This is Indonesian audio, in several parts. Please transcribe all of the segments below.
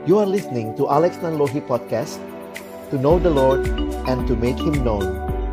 You are listening to Alex Nanlohi Podcast, to know the Lord and to make Him known.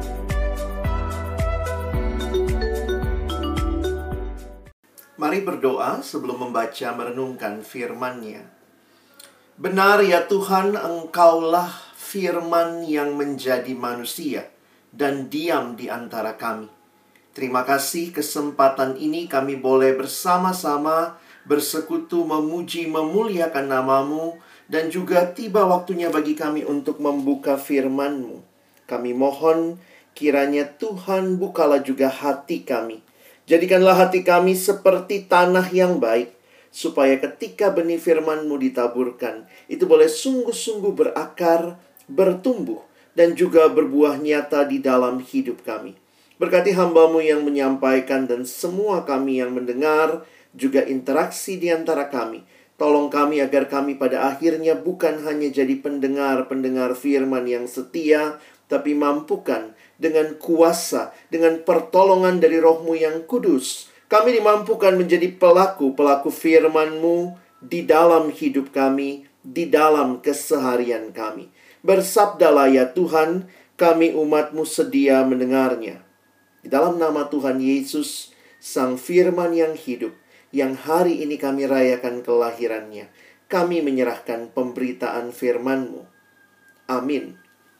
Mari berdoa sebelum membaca merenungkan firman-Nya. Benar ya Tuhan, Engkaulah firman yang menjadi manusia dan diam di antara kami. Terima kasih kesempatan ini kami boleh bersama-sama bersekutu memuji memuliakan nama-Mu, dan juga tiba waktunya bagi kami untuk membuka firman-Mu. Kami mohon kiranya Tuhan bukalah juga hati kami. Jadikanlah hati kami seperti tanah yang baik, supaya ketika benih firman-Mu ditaburkan, itu boleh sungguh-sungguh berakar, bertumbuh, dan juga berbuah nyata di dalam hidup kami. Berkati hamba-Mu yang menyampaikan dan semua kami yang mendengar, juga interaksi di antara kami. Tolong kami agar kami pada akhirnya bukan hanya jadi pendengar-pendengar firman yang setia, tapi mampukan dengan kuasa, dengan pertolongan dari Roh-Mu yang kudus, kami dimampukan menjadi pelaku-pelaku firman-Mu di dalam hidup kami, di dalam keseharian kami. Bersabdalah ya Tuhan, kami umat-Mu sedia mendengarnya. Di dalam nama Tuhan Yesus, Sang Firman yang hidup, yang hari ini kami rayakan kelahirannya, kami menyerahkan pemberitaan firman-Mu. Amin.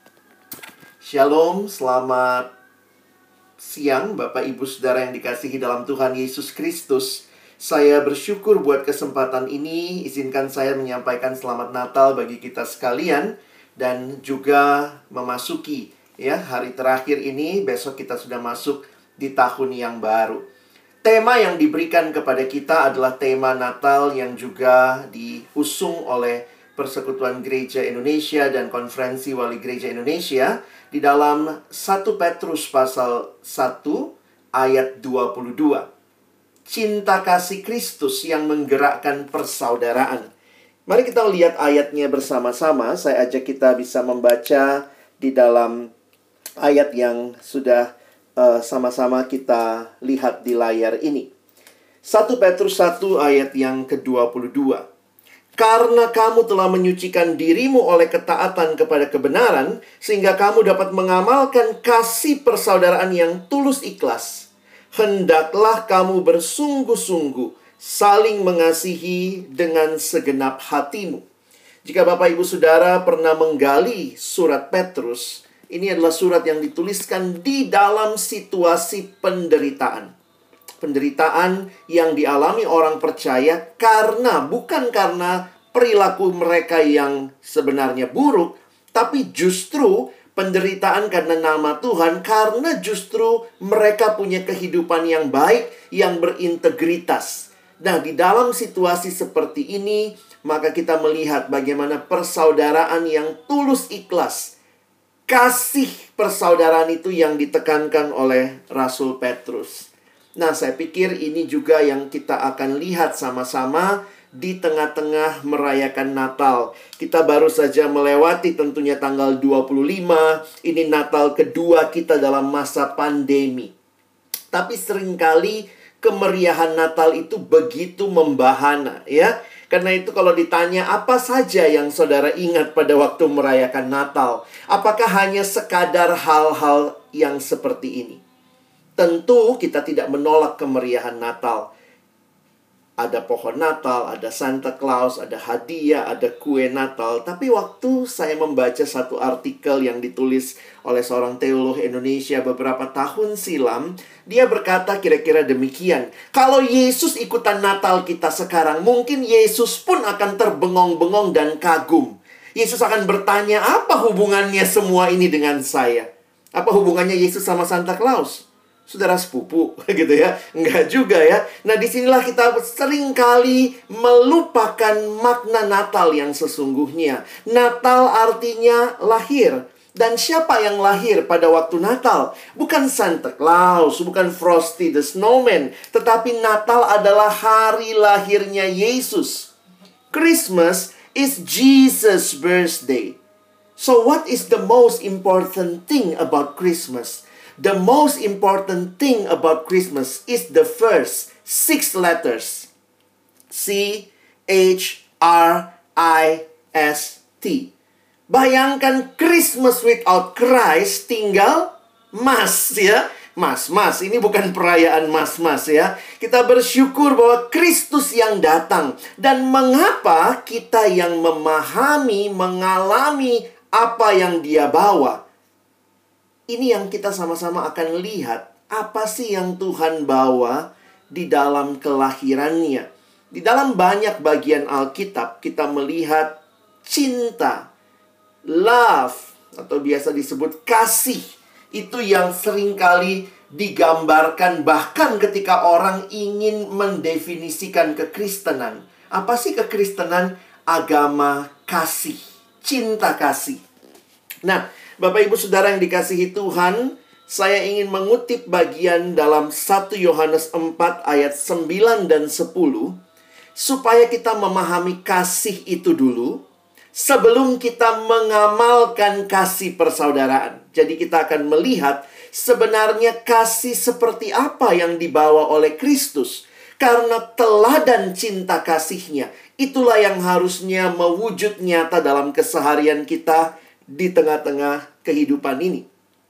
Shalom, selamat siang Bapak Ibu Saudara yang dikasihi dalam Tuhan Yesus Kristus. Saya bersyukur buat kesempatan ini. Izinkan saya menyampaikan selamat Natal bagi kita sekalian, dan juga memasuki hari terakhir ini. Besok kita sudah masuk di tahun yang baru. Tema yang diberikan kepada kita adalah tema Natal yang juga diusung oleh Persekutuan Gereja Indonesia dan Konferensi Wali Gereja Indonesia di dalam 1 Petrus pasal 1 ayat 22. Cinta kasih Kristus yang menggerakkan persaudaraan. Mari kita lihat ayatnya bersama-sama. Saya ajak kita bisa membaca di dalam ayat yang sudah sama-sama kita lihat di layar ini. 1 Petrus 1 ayat yang ke-22. Karena kamu telah menyucikan dirimu oleh ketaatan kepada kebenaran, sehingga kamu dapat mengamalkan kasih persaudaraan yang tulus ikhlas. Hendaklah kamu bersungguh-sungguh saling mengasihi dengan segenap hatimu. Jika Bapak Ibu Saudara pernah menggali surat Petrus, ini adalah surat yang dituliskan di dalam situasi penderitaan. Penderitaan yang dialami orang percaya bukan karena perilaku mereka yang sebenarnya buruk, tapi justru penderitaan karena nama Tuhan, karena justru mereka punya kehidupan yang baik, yang berintegritas. Nah, di dalam situasi seperti ini, maka kita melihat bagaimana persaudaraan yang tulus ikhlas, kasih persaudaraan itu yang ditekankan oleh Rasul Petrus. Nah, saya pikir ini juga yang kita akan lihat sama-sama di tengah-tengah merayakan Natal. Kita baru saja melewati tentunya tanggal 25. Ini Natal kedua kita dalam masa pandemi. Tapi seringkali kemeriahan Natal itu begitu membahana, ya. Karena itu kalau ditanya apa saja yang saudara ingat pada waktu merayakan Natal, apakah hanya sekadar hal-hal yang seperti ini? Tentu kita tidak menolak kemeriahan Natal. Ada pohon Natal, ada Santa Claus, ada hadiah, ada kue Natal. Tapi waktu saya membaca satu artikel yang ditulis oleh seorang teolog Indonesia beberapa tahun silam, dia berkata kira-kira demikian. Kalau Yesus ikutan Natal kita sekarang, mungkin Yesus pun akan terbengong-bengong dan kagum. Yesus akan bertanya, apa hubungannya semua ini dengan saya? Apa hubungannya Yesus sama Santa Claus? Saudara sepupu, gitu ya. Enggak juga ya. Nah, disinilah kita seringkali melupakan makna Natal yang sesungguhnya. Natal artinya lahir. Dan siapa yang lahir pada waktu Natal? Bukan Santa Claus, bukan Frosty the Snowman. Tetapi Natal adalah hari lahirnya Yesus. Christmas is Jesus' birthday. So what is the most important thing about Christmas? The most important thing about Christmas is the first 6 letters. C-H-R-I Bayangkan Christmas without Christ tinggal Mas ya. Mas, ini bukan perayaan mas-mas ya. Kita bersyukur bahwa Kristus yang datang. Dan mengapa kita yang memahami, mengalami apa yang dia bawa. Ini yang kita sama-sama akan lihat. Apa sih yang Tuhan bawa di dalam kelahirannya. Di dalam banyak bagian Alkitab kita melihat cinta, love, atau biasa disebut kasih. Itu yang seringkali digambarkan bahkan ketika orang ingin mendefinisikan kekristenan. Apa sih kekristenan? Agama kasih, cinta kasih. Nah, Bapak Ibu Saudara yang dikasihi Tuhan, saya ingin mengutip bagian dalam 1 Yohanes 4 ayat 9 dan 10 supaya kita memahami kasih itu dulu sebelum kita mengamalkan kasih persaudaraan. Jadi kita akan melihat sebenarnya kasih seperti apa yang dibawa oleh Kristus. Karena teladan cinta kasihnya, itulah yang harusnya mewujud nyata dalam keseharian kita di tengah-tengah kehidupan ini.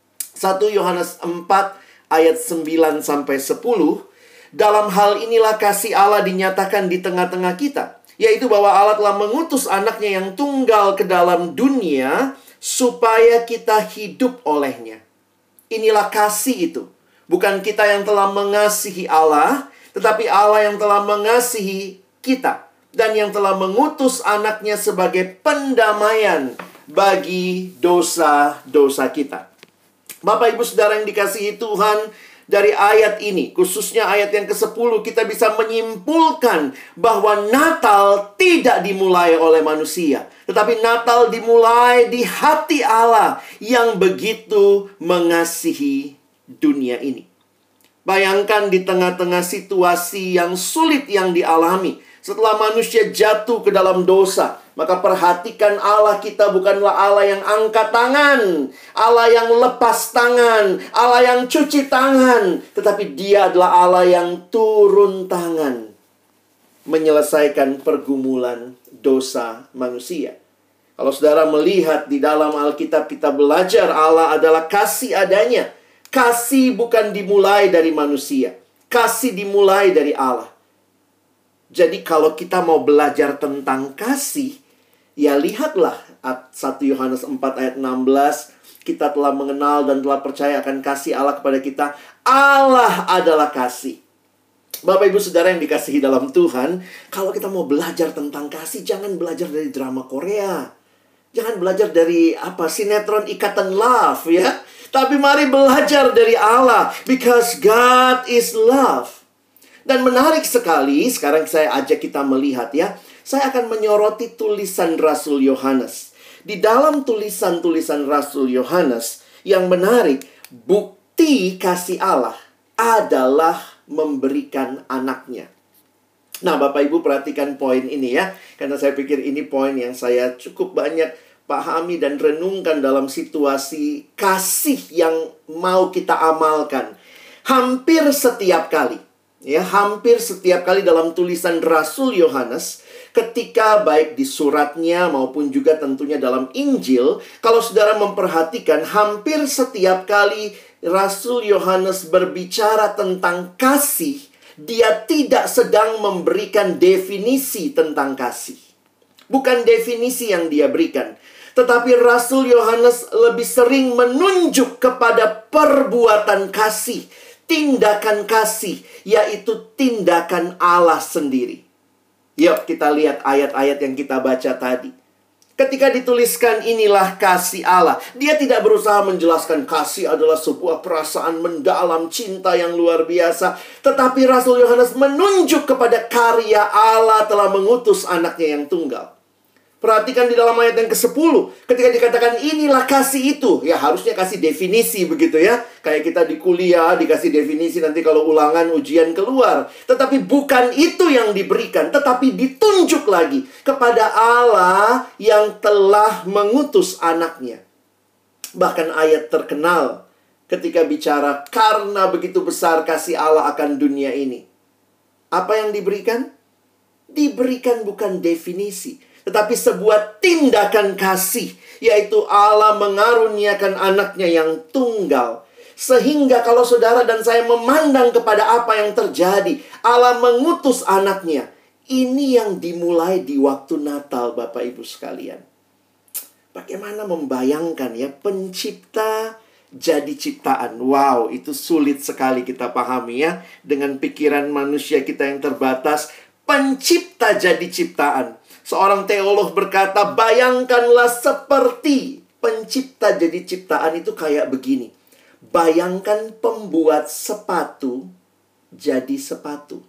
1 Yohanes 4 ayat 9 sampai 10. Dalam hal inilah kasih Allah dinyatakan di tengah-tengah kita, yaitu bahwa Allah telah mengutus anaknya yang tunggal ke dalam dunia supaya kita hidup olehnya. Inilah kasih itu. Bukan kita yang telah mengasihi Allah, tetapi Allah yang telah mengasihi kita. Dan yang telah mengutus anaknya sebagai pendamaian bagi dosa-dosa kita. Bapak Ibu Saudara yang dikasihi Tuhan, dari ayat ini, khususnya ayat yang ke-10, kita bisa menyimpulkan bahwa Natal tidak dimulai oleh manusia. Tetapi Natal dimulai di hati Allah yang begitu mengasihi dunia ini. Bayangkan di tengah-tengah situasi yang sulit yang dialami. Setelah manusia jatuh ke dalam dosa, maka perhatikan Allah kita bukanlah Allah yang angkat tangan, Allah yang lepas tangan, Allah yang cuci tangan. Tetapi dia adalah Allah yang turun tangan menyelesaikan pergumulan dosa manusia. Kalau saudara melihat di dalam Alkitab kita belajar Allah adalah kasih adanya. Kasih bukan dimulai dari manusia. Kasih dimulai dari Allah. Jadi kalau kita mau belajar tentang kasih, ya lihatlah 1 Yohanes 4 ayat 16. Kita telah mengenal dan telah percaya akan kasih Allah kepada kita. Allah adalah kasih. Bapak Ibu Saudara yang dikasihi dalam Tuhan, kalau kita mau belajar tentang kasih, jangan belajar dari drama Korea. Jangan belajar dari sinetron Ikatan Love ya. Tapi mari belajar dari Allah. Because God is love. Dan menarik sekali, sekarang saya ajak kita melihat ya. Saya akan menyoroti tulisan Rasul Yohanes. Di dalam tulisan-tulisan Rasul Yohanes, yang menarik, bukti kasih Allah adalah memberikan anaknya. Nah, Bapak Ibu perhatikan poin ini ya. Karena saya pikir ini poin yang saya cukup banyak pahami dan renungkan dalam situasi kasih yang mau kita amalkan. Hampir setiap kali dalam tulisan Rasul Yohanes, ketika baik di suratnya maupun juga tentunya dalam Injil, kalau saudara memperhatikan, hampir setiap kali Rasul Yohanes berbicara tentang kasih, dia tidak sedang memberikan definisi tentang kasih. Bukan definisi yang dia berikan, tetapi Rasul Yohanes lebih sering menunjuk kepada perbuatan kasih, tindakan kasih, yaitu tindakan Allah sendiri. Yuk kita lihat ayat-ayat yang kita baca tadi. Ketika dituliskan inilah kasih Allah, dia tidak berusaha menjelaskan kasih adalah sebuah perasaan mendalam, cinta yang luar biasa. Tetapi Rasul Yohanes menunjuk kepada karya Allah telah mengutus anaknya yang tunggal. Perhatikan di dalam ayat yang ke-10. Ketika dikatakan inilah kasih itu. Ya harusnya kasih definisi begitu ya. Kayak kita di kuliah dikasih definisi, nanti kalau ulangan ujian keluar. Tetapi bukan itu yang diberikan. Tetapi ditunjuk lagi kepada Allah yang telah mengutus anaknya. Bahkan ayat terkenal ketika bicara karena begitu besar kasih Allah akan dunia ini. Apa yang diberikan? Diberikan bukan definisi, tetapi sebuah tindakan kasih, yaitu Allah mengaruniakan anaknya yang tunggal. Sehingga kalau saudara dan saya memandang kepada apa yang terjadi, Allah mengutus anaknya. Ini yang dimulai di waktu Natal, Bapak Ibu sekalian. Bagaimana membayangkan ya, pencipta jadi ciptaan. Wow, itu sulit sekali kita pahami ya. Dengan pikiran manusia kita yang terbatas, pencipta jadi ciptaan. Seorang teolog berkata, bayangkanlah seperti pencipta jadi ciptaan itu kayak begini. Bayangkan pembuat sepatu jadi sepatu.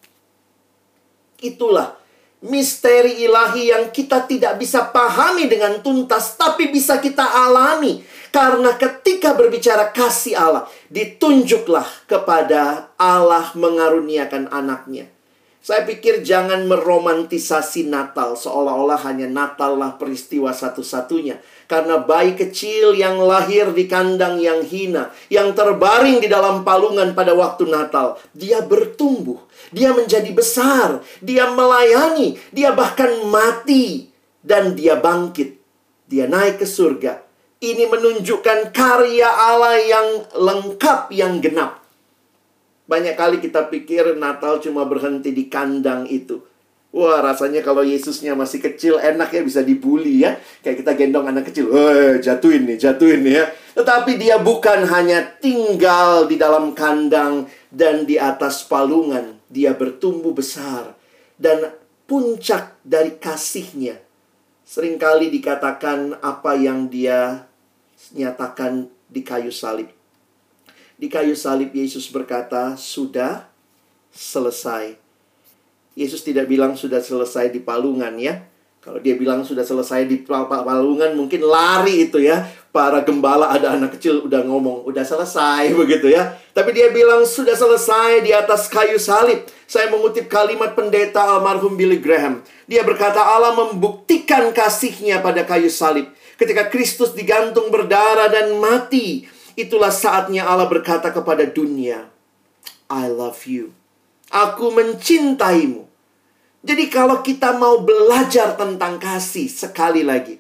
Itulah misteri ilahi yang kita tidak bisa pahami dengan tuntas, tapi bisa kita alami. Karena ketika berbicara kasih Allah, ditunjuklah kepada Allah mengaruniakan anaknya. Saya pikir jangan meromantisasi Natal, seolah-olah hanya Natal lah peristiwa satu-satunya. Karena bayi kecil yang lahir di kandang yang hina, yang terbaring di dalam palungan pada waktu Natal, dia bertumbuh, dia menjadi besar, dia melayani, dia bahkan mati, dan dia bangkit. Dia naik ke surga. Ini menunjukkan karya Allah yang lengkap, yang genap. Banyak kali kita pikir Natal cuma berhenti di kandang itu. Wah, rasanya kalau Yesusnya masih kecil, enak ya, bisa dibully ya. Kayak kita gendong anak kecil, jatuhin nih ya. Tetapi dia bukan hanya tinggal di dalam kandang dan di atas palungan. Dia bertumbuh besar. Dan puncak dari kasihnya, seringkali dikatakan apa yang dia nyatakan di kayu salib. Di kayu salib Yesus berkata, sudah selesai. Yesus tidak bilang sudah selesai di palungan ya. Kalau dia bilang sudah selesai di palungan, mungkin lari itu ya. Para gembala, ada anak kecil udah ngomong, udah selesai begitu ya. Tapi dia bilang sudah selesai di atas kayu salib. Saya mengutip kalimat pendeta almarhum Billy Graham. Dia berkata, Allah membuktikan kasihnya pada kayu salib. Ketika Kristus digantung berdarah dan mati, itulah saatnya Allah berkata kepada dunia, I love you. Aku mencintaimu. Jadi kalau kita mau belajar tentang kasih, sekali lagi,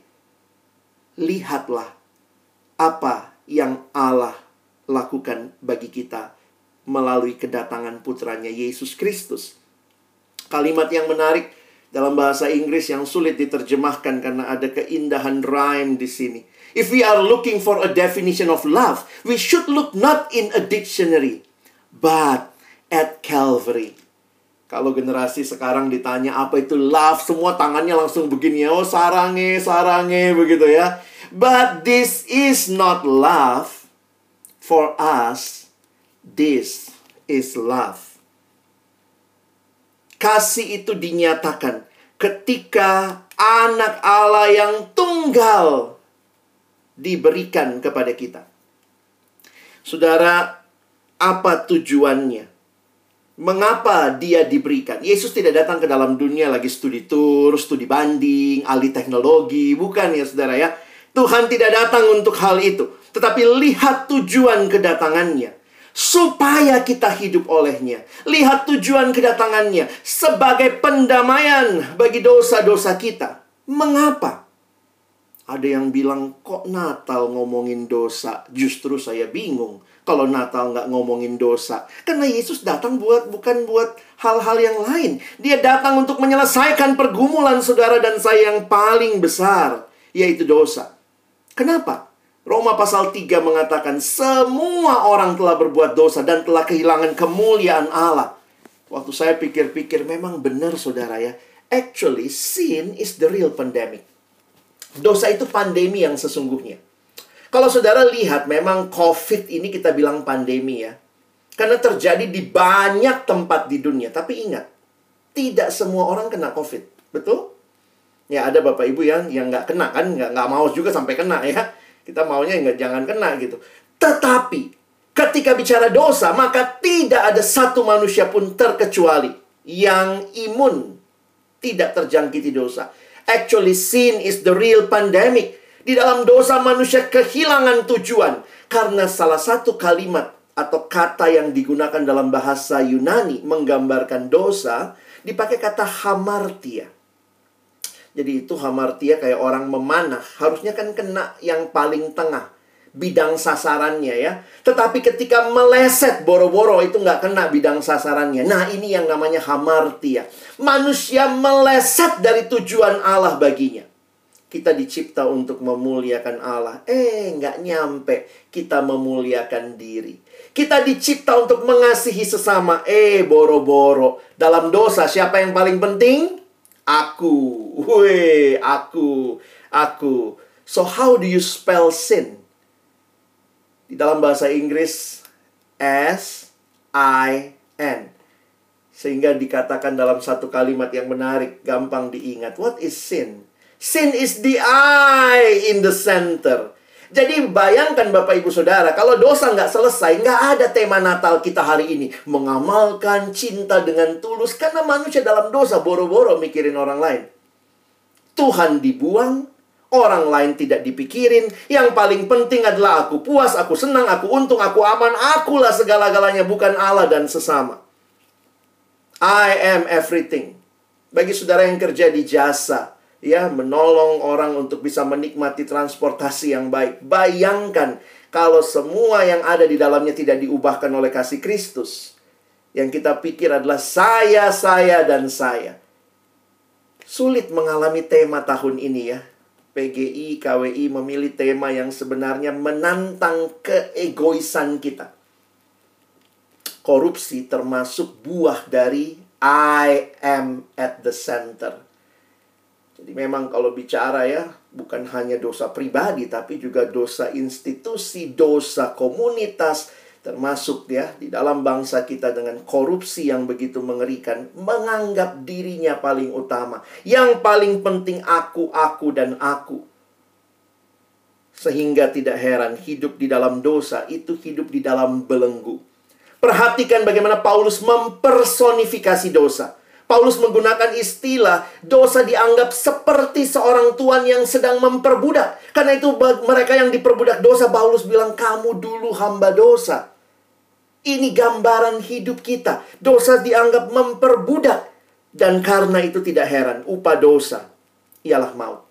lihatlah apa yang Allah lakukan bagi kita melalui kedatangan putranya Yesus Kristus. Kalimat yang menarik dalam bahasa Inggris yang sulit diterjemahkan karena ada keindahan rhyme di sini. If we are looking for a definition of love, we should look not in a dictionary, but at Calvary. Kalau generasi sekarang ditanya apa itu love, semua tangannya langsung begini. Oh, sarange, begitu ya. But this is not love. For us, this is love. Kasih itu dinyatakan ketika anak Allah yang tunggal diberikan kepada kita. Saudara, apa tujuannya? Mengapa dia diberikan? Yesus tidak datang ke dalam dunia lagi studi tour, studi banding, ahli teknologi. Bukan ya saudara ya. Tuhan tidak datang untuk hal itu. Tetapi lihat tujuan kedatangannya. Supaya kita hidup olehnya. Lihat tujuan kedatangannya. Sebagai pendamaian bagi dosa-dosa kita. Mengapa? Ada yang bilang, kok Natal ngomongin dosa? Justru saya bingung kalau Natal nggak ngomongin dosa. Karena Yesus datang bukan buat hal-hal yang lain. Dia datang untuk menyelesaikan pergumulan saudara dan saya yang paling besar, yaitu dosa. Kenapa? Roma pasal 3 mengatakan, semua orang telah berbuat dosa dan telah kehilangan kemuliaan Allah. Waktu saya pikir-pikir, memang benar saudara ya. Actually, sin is the real pandemic. Dosa itu pandemi yang sesungguhnya. Kalau saudara lihat, memang COVID ini kita bilang pandemi ya. Karena terjadi di banyak tempat di dunia. Tapi ingat, tidak semua orang kena COVID. Betul? Ya ada bapak ibu yang nggak kena kan. Nggak mau juga sampai kena ya. Kita maunya jangan kena gitu. Tetapi, ketika bicara dosa, maka tidak ada satu manusia pun terkecuali yang imun tidak terjangkiti dosa. Actually, sin is the real pandemic. Di dalam dosa manusia kehilangan tujuan. Karena salah satu kalimat atau kata yang digunakan dalam bahasa Yunani menggambarkan dosa, dipakai kata hamartia. Jadi itu hamartia kayak orang memanah. Harusnya kan kena yang paling tengah, bidang sasarannya ya. Tetapi ketika meleset boro-boro itu nggak kena bidang sasarannya. Nah ini yang namanya hamartia. Manusia meleset dari tujuan Allah baginya. Kita dicipta untuk memuliakan Allah. Nggak nyampe kita memuliakan diri. Kita dicipta untuk mengasihi sesama. Boro-boro. Dalam dosa siapa yang paling penting? Aku. Aku. So how do you spell sin? Di dalam bahasa Inggris S-I-N. Sehingga dikatakan dalam satu kalimat yang menarik, gampang diingat. What is sin? Sin is the I in the center. Jadi bayangkan Bapak Ibu Saudara, kalau dosa nggak selesai, nggak ada tema Natal kita hari ini. Mengamalkan cinta dengan tulus. Karena manusia dalam dosa boro-boro mikirin orang lain. Tuhan dibuang, orang lain tidak dipikirin. Yang paling penting adalah aku puas, aku senang, aku untung, aku aman. Akulah segala-galanya, bukan Allah dan sesama. I am everything. Bagi saudara yang kerja di jasa, ya, menolong orang untuk bisa menikmati transportasi yang baik. Bayangkan kalau semua yang ada di dalamnya tidak diubahkan oleh kasih Kristus. Yang kita pikir adalah saya, dan saya. Sulit mengalami tema tahun ini ya. PGI, KWI memilih tema yang sebenarnya menantang keegoisan kita. Korupsi termasuk buah dari I am at the center. Jadi memang kalau bicara ya, bukan hanya dosa pribadi, tapi juga dosa institusi, dosa komunitas, termasuk ya di dalam bangsa kita dengan korupsi yang begitu mengerikan, menganggap dirinya paling utama. Yang paling penting aku, dan aku. Sehingga tidak heran hidup di dalam dosa itu hidup di dalam belenggu. Perhatikan bagaimana Paulus mempersonifikasi dosa. Paulus menggunakan istilah dosa dianggap seperti seorang tuan yang sedang memperbudak. Karena itu mereka yang diperbudak dosa, Paulus bilang, kamu dulu hamba dosa. Ini gambaran hidup kita. Dosa dianggap memperbudak. Dan karena itu tidak heran, upah dosa ialah maut.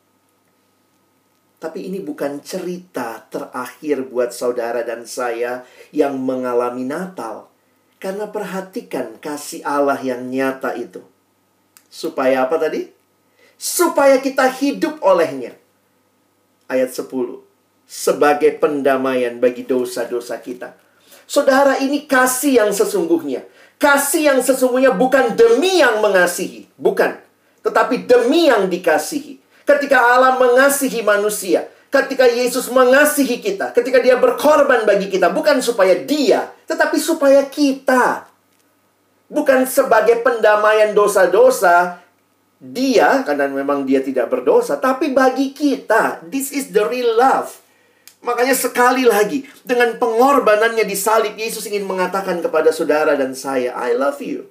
Tapi ini bukan cerita terakhir buat saudara dan saya yang mengalami Natal. Karena perhatikan kasih Allah yang nyata itu. Supaya apa tadi? Supaya kita hidup olehnya. Ayat 10. Sebagai pendamaian bagi dosa-dosa kita. Saudara, ini kasih yang sesungguhnya. Kasih yang sesungguhnya bukan demi yang mengasihi. Bukan. Tetapi demi yang dikasihi. Ketika Allah mengasihi manusia, ketika Yesus mengasihi kita, ketika dia berkorban bagi kita, bukan supaya dia, tetapi supaya kita. Bukan sebagai pendamaian dosa-dosa dia, karena memang dia tidak berdosa, tapi bagi kita. This is the real love. Makanya sekali lagi, dengan pengorbanannya di salib, Yesus ingin mengatakan kepada saudara dan saya, I love you.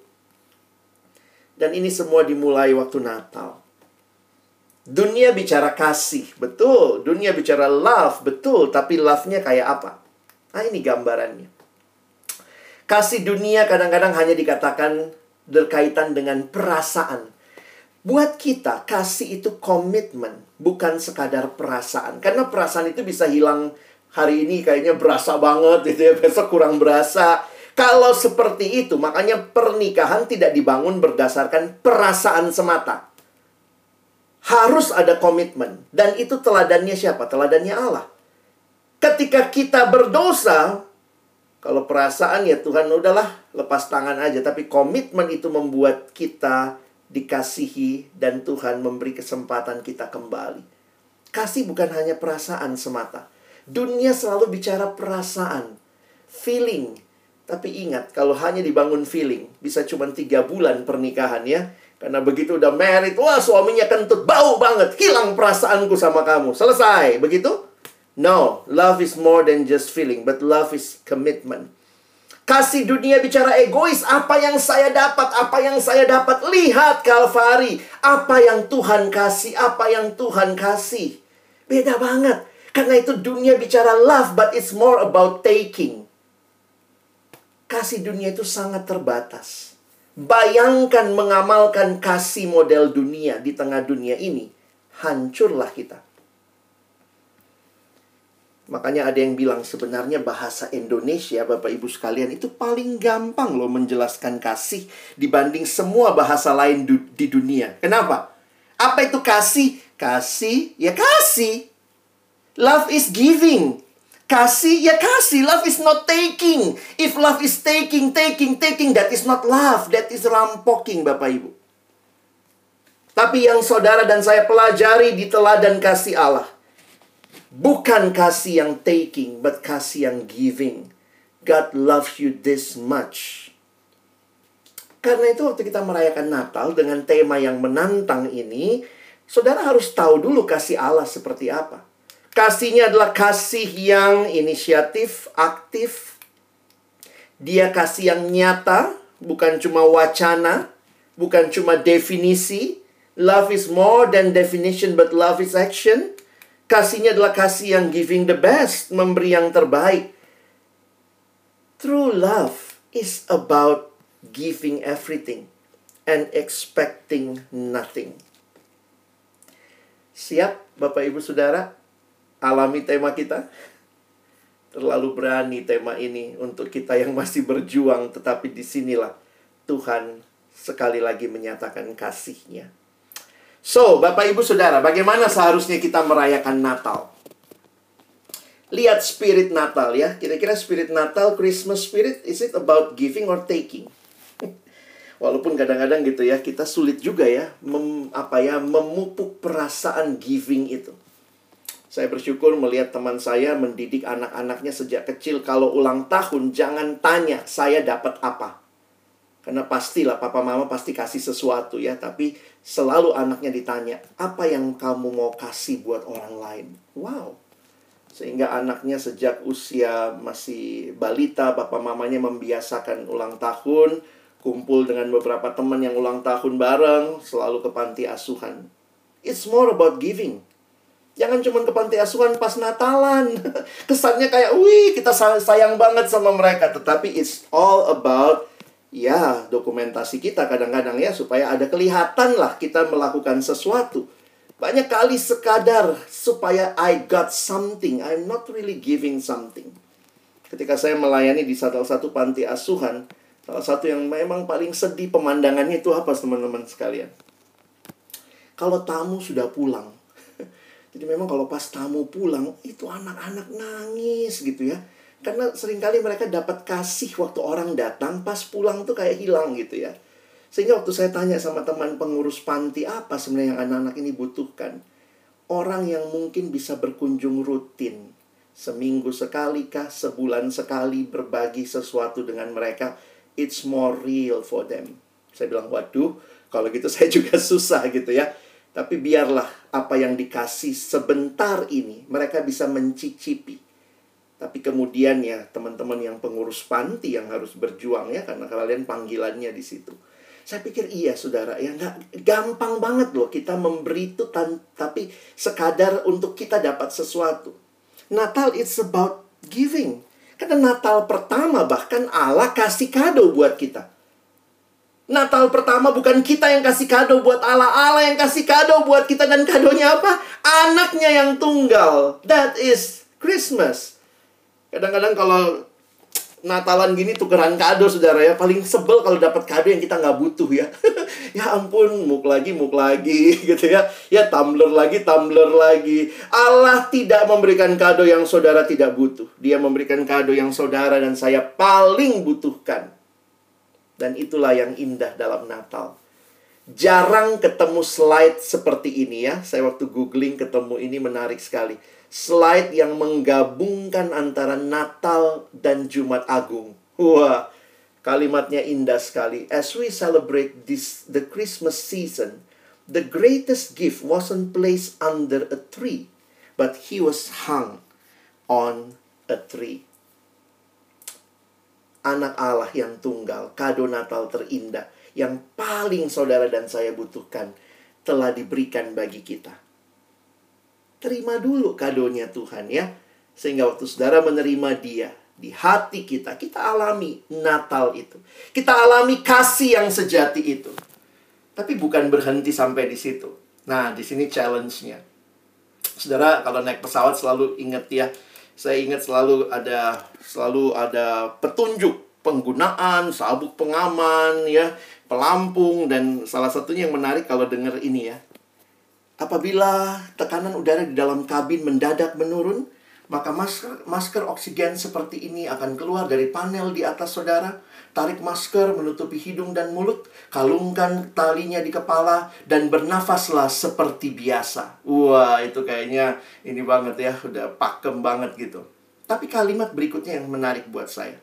Dan ini semua dimulai waktu Natal. Dunia bicara kasih, betul. Dunia bicara love, betul. Tapi love-nya kayak apa? Nah, ini gambarannya. Kasih dunia kadang-kadang hanya dikatakan berkaitan dengan perasaan. Buat kita, kasih itu komitmen, bukan sekadar perasaan. Karena perasaan itu bisa hilang. Hari ini kayaknya berasa banget, gitu ya. Besok kurang berasa. Kalau seperti itu, makanya pernikahan tidak dibangun berdasarkan perasaan semata. Harus ada komitmen. Dan itu teladannya siapa? Teladannya Allah. Ketika kita berdosa, kalau perasaan ya Tuhan udahlah, lepas tangan aja. Tapi komitmen itu membuat kita dikasihi dan Tuhan memberi kesempatan kita kembali. Kasih bukan hanya perasaan semata. Dunia selalu bicara perasaan, feeling. Tapi ingat, kalau hanya dibangun feeling, bisa cuma 3 bulan pernikahan ya. Karena begitu udah married, wah suaminya kentut, bau banget, hilang perasaanku sama kamu. Selesai, begitu? No, love is more than just feeling, but love is commitment. Kasih dunia bicara egois, apa yang saya dapat, lihat Kalvari. Apa yang Tuhan kasih, Beda banget. Karena itu dunia bicara love, but it's more about taking. Kasih dunia itu sangat terbatas. Bayangkan mengamalkan kasih model dunia di tengah dunia ini, hancurlah kita. Makanya ada yang bilang sebenarnya bahasa Indonesia, Bapak Ibu sekalian, itu paling gampang loh menjelaskan kasih dibanding semua bahasa lain di dunia. Kenapa? Apa itu kasih? Kasih, ya kasih. Love is giving. Kasih, ya kasih. Love is not taking. If love is taking, that is not love. That is rampoking, Bapak Ibu. Tapi yang saudara dan saya pelajari di teladan kasih Allah, bukan kasih yang taking, but kasih yang giving. God loves you this much. Karena itu waktu kita merayakan Natal dengan tema yang menantang ini, saudara harus tahu dulu kasih Allah seperti apa. Kasihnya adalah kasih yang inisiatif, aktif. Dia kasih yang nyata, bukan cuma wacana, bukan cuma definisi. Love is more than definition, but love is action. Kasihnya adalah kasih yang giving the best, memberi yang terbaik. True love is about giving everything and expecting nothing. Siap, Bapak Ibu Saudara? Alami tema kita. Terlalu berani tema ini untuk kita yang masih berjuang, tetapi disinilah Tuhan sekali lagi menyatakan kasih-Nya. So, Bapak Ibu Saudara, bagaimana seharusnya kita merayakan Natal? Lihat spirit Natal ya. Kira-kira spirit Natal, Christmas spirit, is it about giving or taking? Walaupun kadang-kadang gitu ya, kita sulit juga ya memupuk perasaan giving itu. Saya bersyukur melihat teman saya mendidik anak-anaknya sejak kecil. Kalau ulang tahun, jangan tanya saya dapat apa. Karena pastilah papa mama pasti kasih sesuatu ya. Tapi selalu anaknya ditanya, apa yang kamu mau kasih buat orang lain? Wow. Sehingga anaknya sejak usia masih balita, papa mamanya membiasakan ulang tahun. Kumpul dengan beberapa teman yang ulang tahun bareng. Selalu ke panti asuhan. It's more about giving. Jangan cuma ke panti asuhan pas Natalan. Kesannya kayak, wih, kita sayang banget sama mereka. Tetapi it's all about, ya, dokumentasi kita kadang-kadang ya. Supaya ada kelihatan lah kita melakukan sesuatu. Banyak kali sekadar supaya I got something. I'm not really giving something. Ketika saya melayani di salah satu panti asuhan, salah satu yang memang paling sedih pemandangannya itu apa, teman-teman sekalian? Kalau tamu sudah pulang. Jadi memang kalau pas tamu pulang, itu anak-anak nangis gitu ya. Karena seringkali mereka dapat kasih waktu orang datang, pas pulang tuh kayak hilang gitu ya. Sehingga waktu saya tanya sama teman pengurus panti, apa sebenarnya yang anak-anak ini butuhkan? Orang yang mungkin bisa berkunjung rutin. Seminggu sekali kah, sebulan sekali berbagi sesuatu dengan mereka. It's more real for them. Saya bilang, waduh, kalau gitu saya juga susah gitu ya. Tapi biarlah apa yang dikasih sebentar ini mereka bisa mencicipi. Tapi kemudian ya teman-teman yang pengurus panti yang harus berjuang ya, karena kalian panggilannya di situ. Saya pikir iya saudara ya, nggak gampang banget loh kita memberi itu tapi sekadar untuk kita dapat sesuatu. Natal it's about giving. Karena Natal pertama bahkan Allah kasih kado buat kita. Natal pertama bukan kita yang kasih kado buat Allah. Allah yang kasih kado buat kita. Dan kadonya apa? Anaknya yang tunggal. That is Christmas. Kadang-kadang kalau Natalan gini tukeran kado saudara ya. Paling sebel kalau dapat kado yang kita nggak butuh ya. Ya ampun, muk lagi gitu ya. Ya tumbler lagi. Allah tidak memberikan kado yang saudara tidak butuh. Dia memberikan kado yang saudara dan saya paling butuhkan. Dan itulah yang indah dalam Natal. Jarang ketemu slide seperti ini ya. Saya waktu googling ketemu ini menarik sekali. Slide yang menggabungkan antara Natal dan Jumat Agung. Wah, kalimatnya indah sekali. As we celebrate the Christmas season, the greatest gift wasn't placed under a tree, but he was hung on a tree. Anak Allah yang tunggal, kado Natal terindah, yang paling saudara dan saya butuhkan, telah diberikan bagi kita. Terima dulu kadonya Tuhan ya. Sehingga waktu saudara menerima dia, di hati kita, kita alami Natal itu. Kita alami kasih yang sejati itu. Tapi bukan berhenti sampai di situ. Nah, di sini challenge-nya. Saudara, kalau naik pesawat selalu ingat ya. Saya ingat selalu ada petunjuk penggunaan, sabuk pengaman, ya, pelampung, dan salah satunya yang menarik kalau dengar ini ya. Apabila tekanan udara di dalam kabin mendadak menurun, maka masker oksigen seperti ini akan keluar dari panel di atas saudara. Tarik masker menutupi hidung dan mulut, kalungkan talinya di kepala, dan bernafaslah seperti biasa. Wah, itu kayaknya ini banget ya, udah pakem banget gitu. Tapi kalimat berikutnya yang menarik buat saya.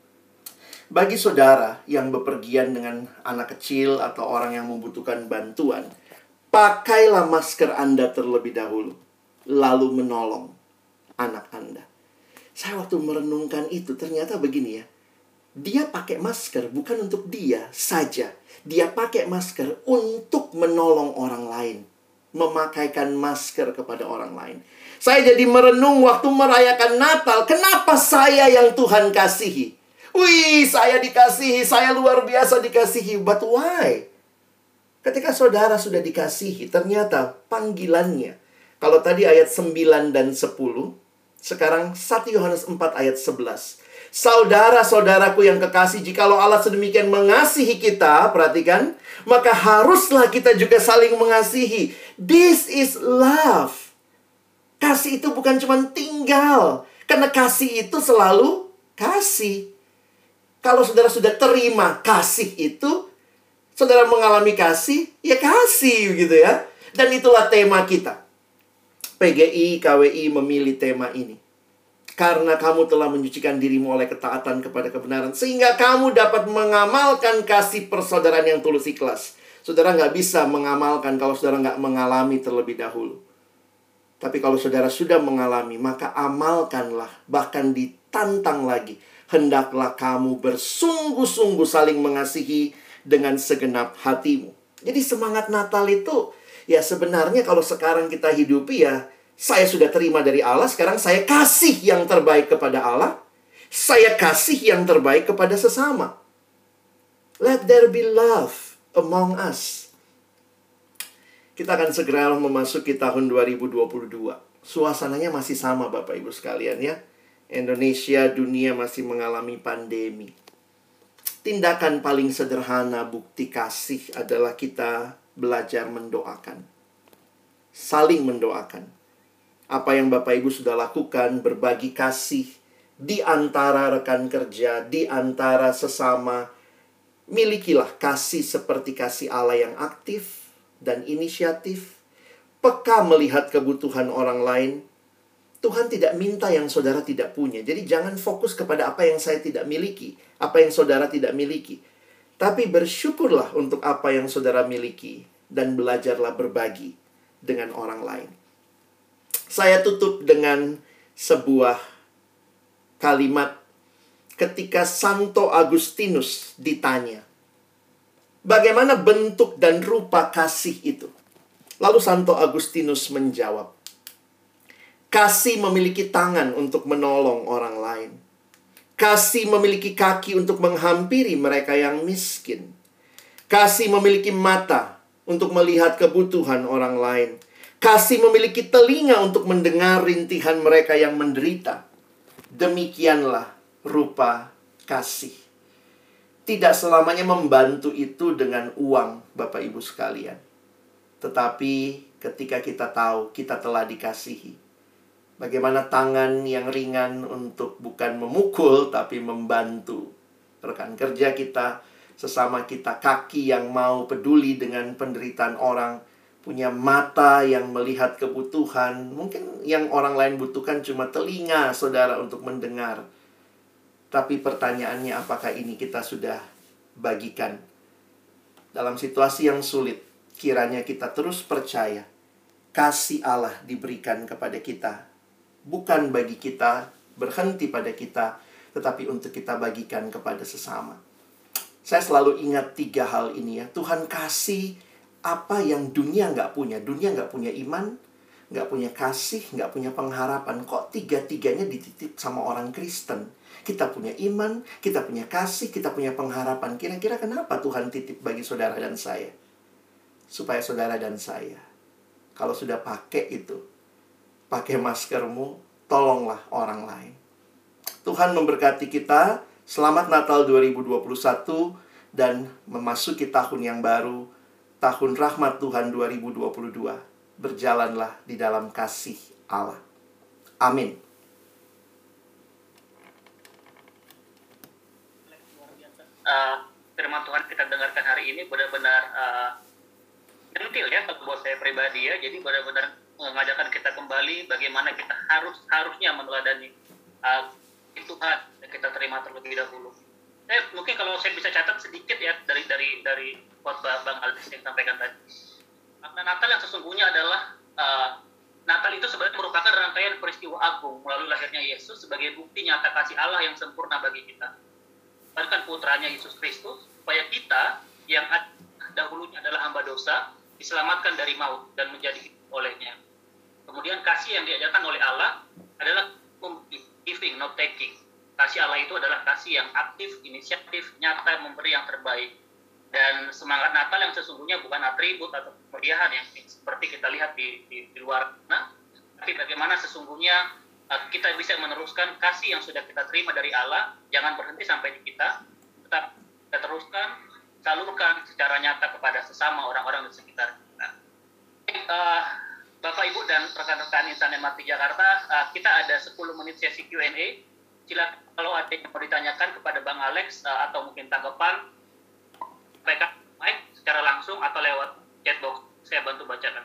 Bagi saudara yang bepergian dengan anak kecil atau orang yang membutuhkan bantuan, pakailah masker Anda terlebih dahulu, lalu menolong anak Anda. Saya waktu merenungkan itu, ternyata begini ya. Dia pakai masker bukan untuk dia saja. Dia pakai masker untuk menolong orang lain. Memakaikan masker kepada orang lain. Saya jadi merenung waktu merayakan Natal. Kenapa saya yang Tuhan kasihi? Wih, saya dikasihi, saya luar biasa dikasihi. But why? Ketika saudara sudah dikasihi, ternyata panggilannya. Kalau tadi ayat 9 dan 10, sekarang 1 Yohanes 4 ayat 11. Saudara-saudaraku yang kekasih, jikalau Allah sedemikian mengasihi kita, perhatikan, maka haruslah kita juga saling mengasihi. This is love. Kasih itu bukan cuma tinggal. Karena kasih itu selalu kasih. Kalau saudara sudah terima kasih itu, saudara mengalami kasih, ya kasih gitu ya. Dan itulah tema kita. PGI, KWI memilih tema ini. Karena kamu telah menyucikan dirimu oleh ketaatan kepada kebenaran, sehingga kamu dapat mengamalkan kasih persaudaraan yang tulus ikhlas. Saudara nggak bisa mengamalkan kalau saudara nggak mengalami terlebih dahulu. Tapi kalau saudara sudah mengalami, maka amalkanlah. Bahkan ditantang lagi. Hendaklah kamu bersungguh-sungguh saling mengasihi dengan segenap hatimu. Jadi semangat Natal itu, ya sebenarnya kalau sekarang kita hidupi ya, saya sudah terima dari Allah, sekarang saya kasih yang terbaik kepada Allah. Saya kasih yang terbaik kepada sesama. Let there be love among us. Kita akan segera memasuki tahun 2022. Suasananya masih sama Bapak Ibu sekalian ya. Indonesia, dunia masih mengalami pandemi. Tindakan paling sederhana bukti kasih adalah kita belajar mendoakan. Saling mendoakan. Apa yang Bapak Ibu sudah lakukan, berbagi kasih di antara rekan kerja, di antara sesama. Milikilah kasih seperti kasih Allah yang aktif dan inisiatif. Peka melihat kebutuhan orang lain. Tuhan tidak minta yang saudara tidak punya. Jadi jangan fokus kepada apa yang saya tidak miliki, apa yang saudara tidak miliki. Tapi bersyukurlah untuk apa yang saudara miliki dan belajarlah berbagi dengan orang lain. Saya tutup dengan sebuah kalimat ketika Santo Agustinus ditanya, bagaimana bentuk dan rupa kasih itu? Lalu Santo Agustinus menjawab, kasih memiliki tangan untuk menolong orang lain. Kasih memiliki kaki untuk menghampiri mereka yang miskin. Kasih memiliki mata untuk melihat kebutuhan orang lain. Kasih memiliki telinga untuk mendengar rintihan mereka yang menderita. Demikianlah rupa kasih. Tidak selamanya membantu itu dengan uang, Bapak Ibu sekalian. Tetapi ketika kita tahu kita telah dikasihi, bagaimana tangan yang ringan untuk bukan memukul, tapi membantu rekan kerja kita, sesama kita, kaki yang mau peduli dengan penderitaan orang, punya mata yang melihat kebutuhan. Mungkin yang orang lain butuhkan cuma telinga saudara untuk mendengar. Tapi pertanyaannya, apakah ini kita sudah bagikan? Dalam situasi yang sulit, kiranya kita terus percaya kasih Allah diberikan kepada kita. Bukan bagi kita, berhenti pada kita, tetapi untuk kita bagikan kepada sesama. Saya selalu ingat 3 hal ini ya. Tuhan kasih apa yang dunia nggak punya. Dunia nggak punya iman, nggak punya kasih, nggak punya pengharapan. Kok 3-tiganya dititip sama orang Kristen? kita punya iman, kita punya kasih, kita punya pengharapan. Kira-kira kenapa Tuhan titip bagi saudara dan saya? Supaya saudara dan saya, kalau sudah pakai itu, pakai maskermu, tolonglah orang lain. Tuhan memberkati kita. Selamat Natal 2021 dan memasuki tahun yang baru, tahun rahmat Tuhan 2022. Berjalanlah di dalam kasih Allah. Amin. Firman Tuhan kita dengarkan hari ini benar-benar gentil ya buat saya pribadi ya. Jadi benar-benar mengajarkan kita kembali bagaimana kita harusnya meneladani Tuhan yang kita terima terlebih dahulu. Mungkin kalau saya bisa catat sedikit ya dari khotbah Bang Alex yang sampaikan tadi. Makna Natal yang sesungguhnya adalah Natal itu sebenarnya merupakan rangkaian peristiwa agung melalui lahirnya Yesus sebagai bukti nyata kasih Allah yang sempurna bagi kita. Bahkan putranya Yesus Kristus supaya kita yang dahulunya adalah hamba dosa diselamatkan dari maut dan menjadi olehnya. Kemudian kasih yang diajarkan oleh Allah adalah giving, not taking. Kasih Allah itu adalah kasih yang aktif, inisiatif, nyata, memberi yang terbaik. Dan semangat Natal yang sesungguhnya bukan atribut atau kemeriahan yang seperti kita lihat di luar sana, tapi bagaimana sesungguhnya kita bisa meneruskan kasih yang sudah kita terima dari Allah, jangan berhenti sampai di kita, tetap kita teruskan, salurkan secara nyata kepada sesama orang-orang di sekitar kita. Bapak, Ibu, dan rekan-rekan Insan MRT Jakarta, kita ada 10 menit sesi Q&A. Silakan kalau ada yang mau ditanyakan kepada Bang Alex atau mungkin tanggapan, mereka mic secara langsung atau lewat chatbox. Saya bantu bacakan.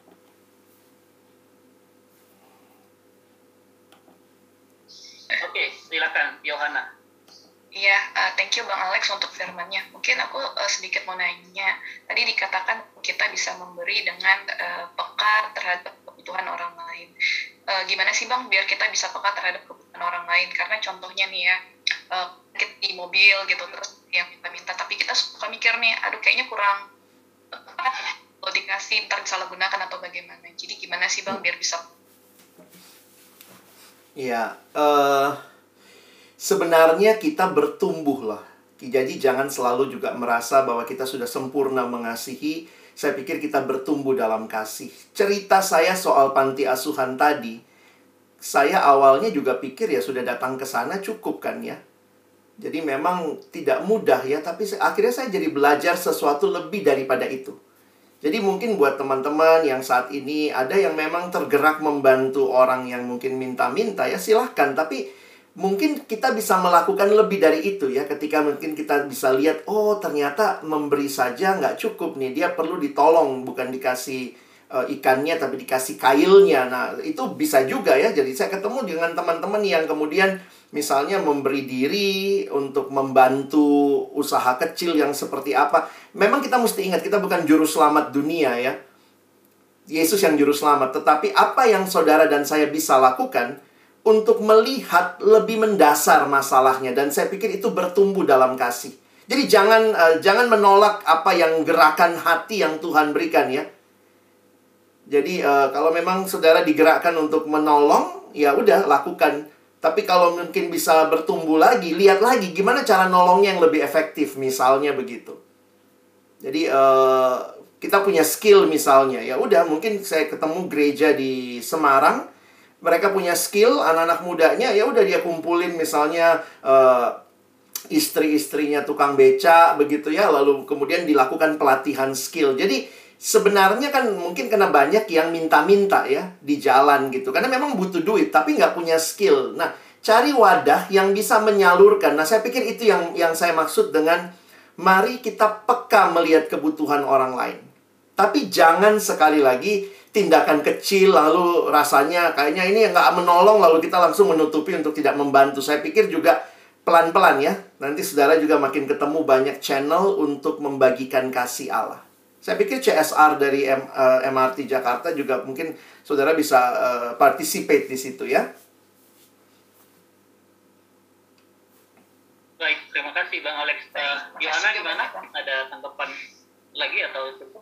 Oke, silakan, Yohana. Iya, thank you Bang Alex untuk firman-nya. Mungkin aku sedikit mau nanya. Tadi dikatakan kita bisa memberi dengan peka terhadap kebutuhan orang lain. Gimana sih Bang biar kita bisa peka terhadap kebutuhan orang lain? Karena contohnya nih ya, kita di mobil gitu, terus yang minta-minta, tapi kita suka mikir nih, aduh kayaknya kurang kalau dikasih ntar disalahgunakan atau bagaimana. Jadi gimana sih Bang biar bisa? Iya, sebenarnya kita bertumbuh lah. Jadi jangan selalu juga merasa bahwa kita sudah sempurna mengasihi. Saya pikir kita bertumbuh dalam kasih. Cerita saya soal panti asuhan tadi, saya awalnya juga pikir ya sudah datang ke sana cukup kan ya. Jadi memang tidak mudah ya, tapi akhirnya saya jadi belajar sesuatu lebih daripada itu. Jadi mungkin buat teman-teman yang saat ini ada yang memang tergerak membantu orang yang mungkin minta-minta ya silahkan. Tapi mungkin kita bisa melakukan lebih dari itu ya. Ketika mungkin kita bisa lihat, oh ternyata memberi saja nggak cukup nih. Dia perlu ditolong, bukan dikasih ikannya tapi dikasih kailnya. Nah itu bisa juga ya. Jadi saya ketemu dengan teman-teman yang kemudian misalnya memberi diri untuk membantu usaha kecil yang seperti apa. Memang kita mesti ingat, kita bukan juru selamat dunia ya. Yesus yang juru selamat. Tetapi apa yang saudara dan saya bisa lakukan untuk melihat lebih mendasar masalahnya. Dan saya pikir itu bertumbuh dalam kasih. Jadi jangan menolak apa yang gerakan hati yang Tuhan berikan ya. Jadi kalau memang saudara digerakkan untuk menolong, ya udah lakukan. Tapi kalau mungkin bisa bertumbuh lagi, lihat lagi gimana cara nolongnya yang lebih efektif, misalnya begitu. Jadi kita punya skill misalnya, ya udah mungkin saya ketemu gereja di Semarang, mereka punya skill, anak-anak mudanya ya udah dia kumpulin misalnya istri-istrinya tukang beca begitu ya, lalu kemudian dilakukan pelatihan skill. Jadi sebenarnya kan mungkin kena banyak yang minta-minta ya di jalan gitu. Karena memang butuh duit tapi nggak punya skill. Nah, cari wadah yang bisa menyalurkan. Nah, saya pikir itu yang saya maksud dengan mari kita peka melihat kebutuhan orang lain. Tapi jangan sekali lagi tindakan kecil lalu rasanya kayaknya ini nggak menolong lalu kita langsung menutupi untuk tidak membantu. Saya pikir juga pelan-pelan ya. Nanti saudara juga makin ketemu banyak channel untuk membagikan kasih Allah. Saya pikir CSR dari MRT Jakarta juga mungkin saudara bisa participate di situ ya. Baik, terima kasih Bang Alex. Yohana gimana? Ada tanggapan lagi atau cukup?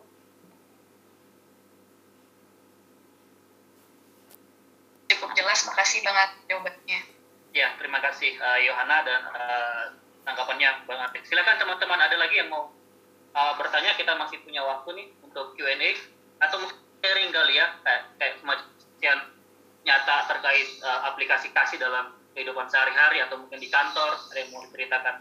Cukup jelas, makasih banget jawabannya. Ya, terima kasih Yohana dan tanggapannya Bang Alex. Silakan teman-teman, ada lagi yang mau bertanya? Kita masih punya waktu nih untuk Q&A atau mungkin sharing kali ya, kayak semacam nyata terkait aplikasi kasih dalam kehidupan sehari-hari atau mungkin di kantor, ada yang mau diceritakan?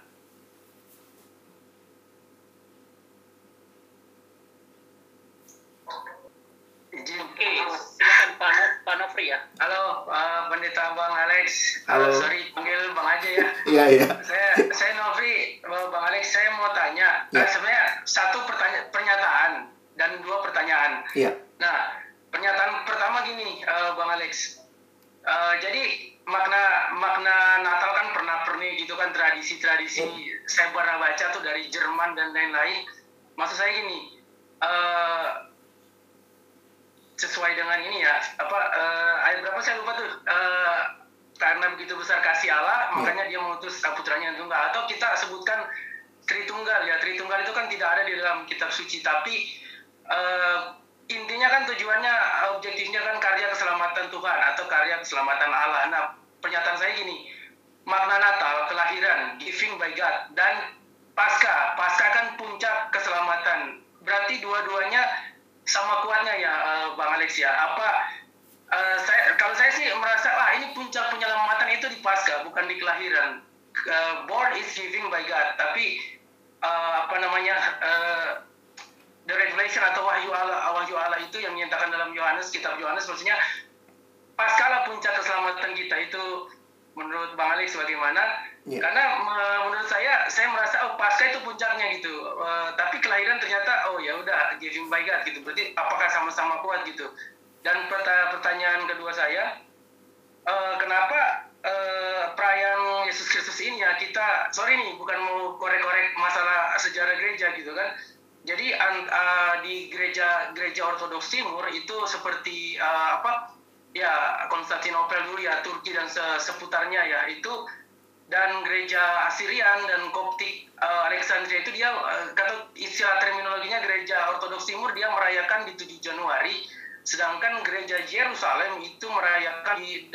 Oke, silakan Pak Nofri ya. Halo, Pendeta Bang Alex. Halo. Sorry, panggil Bang aja ya. Iya, iya. Saya Nofri, Bang Alex. Saya mau tanya. Ya. Sebenarnya satu pernyataan dan dua pertanyaan. Iya. Nah, pernyataan pertama gini, Bang Alex. Jadi makna Natal kan pernah-perni gitu kan, tradisi-tradisi. Saya pernah baca tuh dari Jerman dan lain-lain. Maksud saya gini. Sesuai dengan ini ya, ayat berapa saya lupa tuh, karena begitu besar kasih Allah, makanya dia mengutus putranya yang tunggal, atau kita sebutkan Tritunggal ya. Tritunggal itu kan tidak ada di dalam kitab suci, tapi intinya kan tujuannya, objektifnya kan karya keselamatan Tuhan atau karya keselamatan Allah. Nah, pernyataan saya gini, makna Natal, kelahiran, giving by God, dan Paskah kan puncak keselamatan. Berarti dua-duanya sama kuatnya ya, Bang Alex ya. Kalau saya sih merasa ini puncak penyelamatan itu di Paskah, bukan di kelahiran. Born is giving by God, tapi the revelation atau wahyu Allah itu yang menyatakan dalam kitab Yohanes, maksudnya Paskah lah puncak keselamatan kita. Itu menurut Bang Alex bagaimana? Yeah. Karena menurut saya merasa Paskah itu puncaknya gitu. Tapi kelahiran ternyata ya udah giving by God gitu. Berarti apakah sama-sama kuat gitu? Dan pertanyaan kedua saya, kenapa perayaan Yesus Kristus ini ya kita, sorry nih bukan mau korek-korek masalah sejarah gereja gitu kan. Jadi di gereja Ortodoks Timur itu seperti Konstantinopel dulu ya, Turki dan seputarnya ya itu, dan gereja Assyrian dan Koptik Alexandria itu dia kata istilah terminologinya gereja Ortodoks Timur dia merayakan di 7 Januari, sedangkan gereja Yerusalem itu merayakan di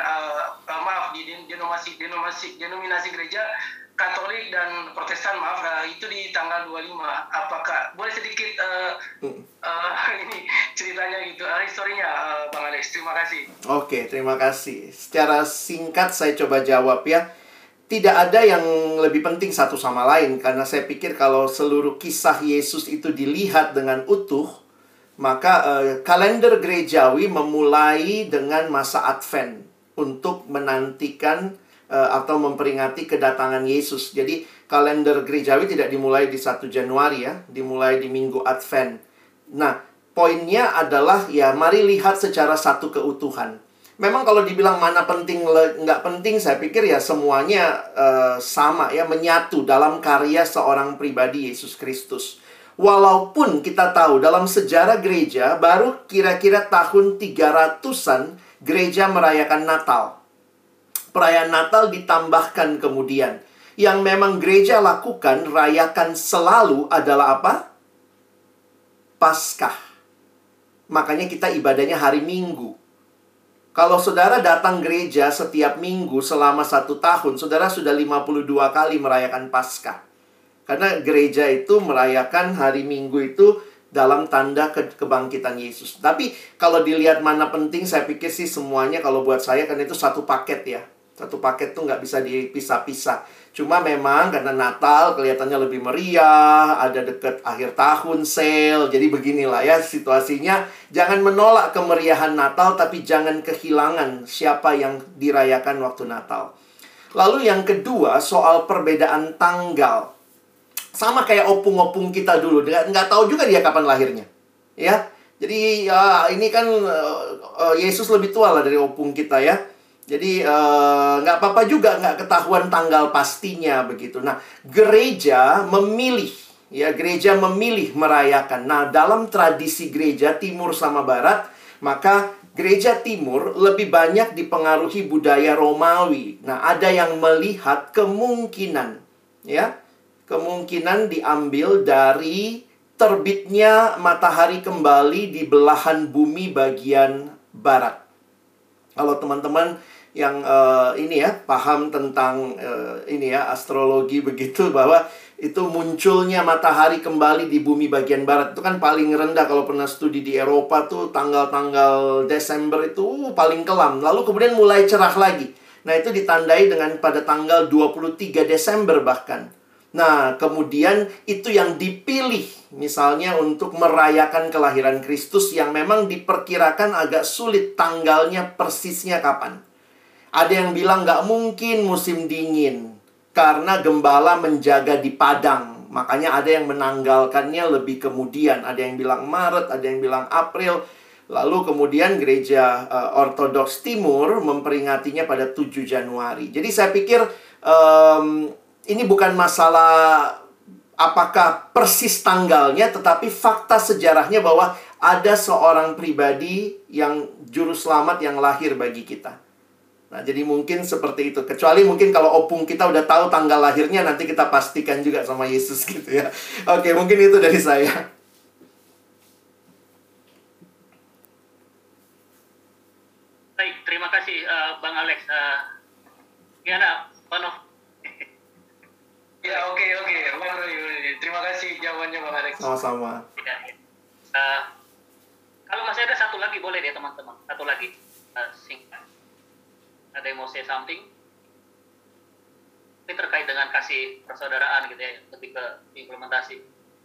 denominasi gereja Katolik dan Protestan itu di tanggal 25. Apakah boleh sedikit ini ceritanya gitu, historinya Bang Alex? Terima kasih. Oke, terima kasih. Secara singkat saya coba jawab ya. Tidak ada yang lebih penting satu sama lain, karena saya pikir kalau seluruh kisah Yesus itu dilihat dengan utuh, maka kalender gerejawi memulai dengan masa Advent untuk menantikan atau memperingati kedatangan Yesus. Jadi kalender gerejawi tidak dimulai di 1 Januari ya, dimulai di minggu Advent. Nah, poinnya adalah ya mari lihat secara satu keutuhan. Memang kalau dibilang mana penting nggak penting, saya pikir ya semuanya sama ya, menyatu dalam karya seorang pribadi Yesus Kristus. Walaupun kita tahu dalam sejarah gereja baru kira-kira tahun 300-an gereja merayakan Natal. Perayaan Natal ditambahkan kemudian. Yang memang gereja lakukan, rayakan selalu adalah apa? Paskah. Makanya kita ibadahnya hari Minggu. Kalau saudara datang gereja setiap minggu selama 1 tahun, saudara sudah 52 kali merayakan Paskah. Karena gereja itu merayakan hari Minggu itu dalam tanda kebangkitan Yesus. Tapi kalau dilihat mana penting, saya pikir sih semuanya kalau buat saya kan itu satu paket ya. Satu paket tuh nggak bisa dipisah-pisah. Cuma memang karena Natal kelihatannya lebih meriah, ada deket akhir tahun, sale. Jadi beginilah ya situasinya. Jangan menolak kemeriahan Natal, tapi jangan kehilangan siapa yang dirayakan waktu Natal. Lalu yang kedua, soal perbedaan tanggal. Sama kayak opung-opung kita dulu. Nggak tahu juga dia kapan lahirnya. Ya, jadi ya ini kan Yesus lebih tua lah dari opung kita ya. Jadi nggak apa-apa juga nggak ketahuan tanggal pastinya begitu. Nah, gereja memilih merayakan. Nah, dalam tradisi gereja Timur sama Barat, maka gereja Timur lebih banyak dipengaruhi budaya Romawi. Nah, ada yang melihat kemungkinan diambil dari terbitnya matahari kembali di belahan bumi bagian barat. Kalau teman-teman yang ini ya, paham tentang ini ya, astrologi begitu, bahwa itu munculnya matahari kembali di bumi bagian barat itu kan paling rendah. Kalau pernah studi di Eropa tuh tanggal-tanggal Desember itu paling kelam. Lalu kemudian mulai cerah lagi. Nah, itu ditandai dengan pada tanggal 23 Desember bahkan. Nah, kemudian itu yang dipilih misalnya untuk merayakan kelahiran Kristus yang memang diperkirakan agak sulit tanggalnya persisnya kapan. Ada yang bilang nggak mungkin musim dingin karena gembala menjaga di padang. Makanya ada yang menanggalkannya lebih kemudian. Ada yang bilang Maret, ada yang bilang April. Lalu kemudian gereja Ortodoks Timur memperingatinya pada 7 Januari. Jadi saya pikir ini bukan masalah apakah persis tanggalnya, tetapi fakta sejarahnya bahwa ada seorang pribadi yang juru selamat yang lahir bagi kita. Nah, jadi mungkin seperti itu. Kecuali mungkin kalau opung kita udah tahu tanggal lahirnya, nanti kita pastikan juga sama Yesus gitu ya. Oke, mungkin itu dari saya. Baik, terima kasih Bang Alex. Gimana, Pano? Ya, oke. Bang Roy, terima kasih jawabannya Bang Alex. Sama-sama. Kalau masih ada satu lagi, boleh ya teman-teman. Satu lagi, singkat. Ada yang mau say something? Ini terkait dengan kasih persaudaraan gitu ya, lebih ke implementasi.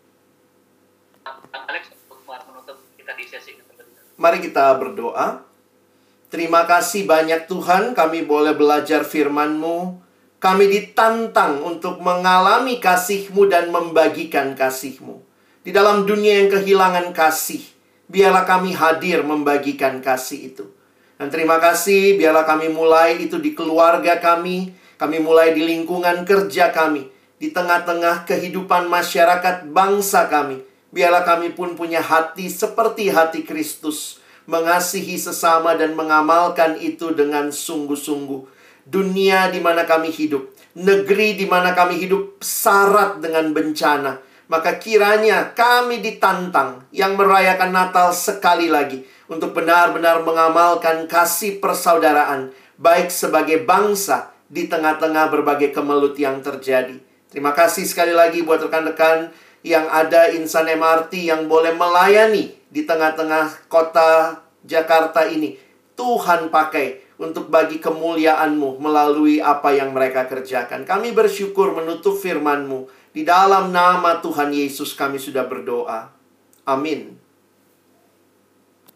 Bang Alex, untuk menutup kita di sesi ini. Mari kita berdoa. Terima kasih banyak Tuhan, kami boleh belajar firman-Mu. Kami ditantang untuk mengalami kasih-Mu dan membagikan kasih-Mu. Di dalam dunia yang kehilangan kasih, biarlah kami hadir membagikan kasih itu. Dan terima kasih, biarlah kami mulai itu di keluarga kami mulai di lingkungan kerja kami, di tengah-tengah kehidupan masyarakat bangsa kami. Biarlah kami pun punya hati seperti hati Kristus, mengasihi sesama dan mengamalkan itu dengan sungguh-sungguh. Dunia di mana kami hidup, negeri di mana kami hidup syarat dengan bencana. Maka kiranya kami ditantang yang merayakan Natal sekali lagi untuk benar-benar mengamalkan kasih persaudaraan, baik sebagai bangsa di tengah-tengah berbagai kemelut yang terjadi. Terima kasih sekali lagi buat rekan-rekan yang ada Insan MRT yang boleh melayani di tengah-tengah kota Jakarta ini. Tuhan pakai untuk bagi kemuliaan-Mu melalui apa yang mereka kerjakan. Kami bersyukur menutup firman-Mu. Di dalam nama Tuhan Yesus kami sudah berdoa. Amin.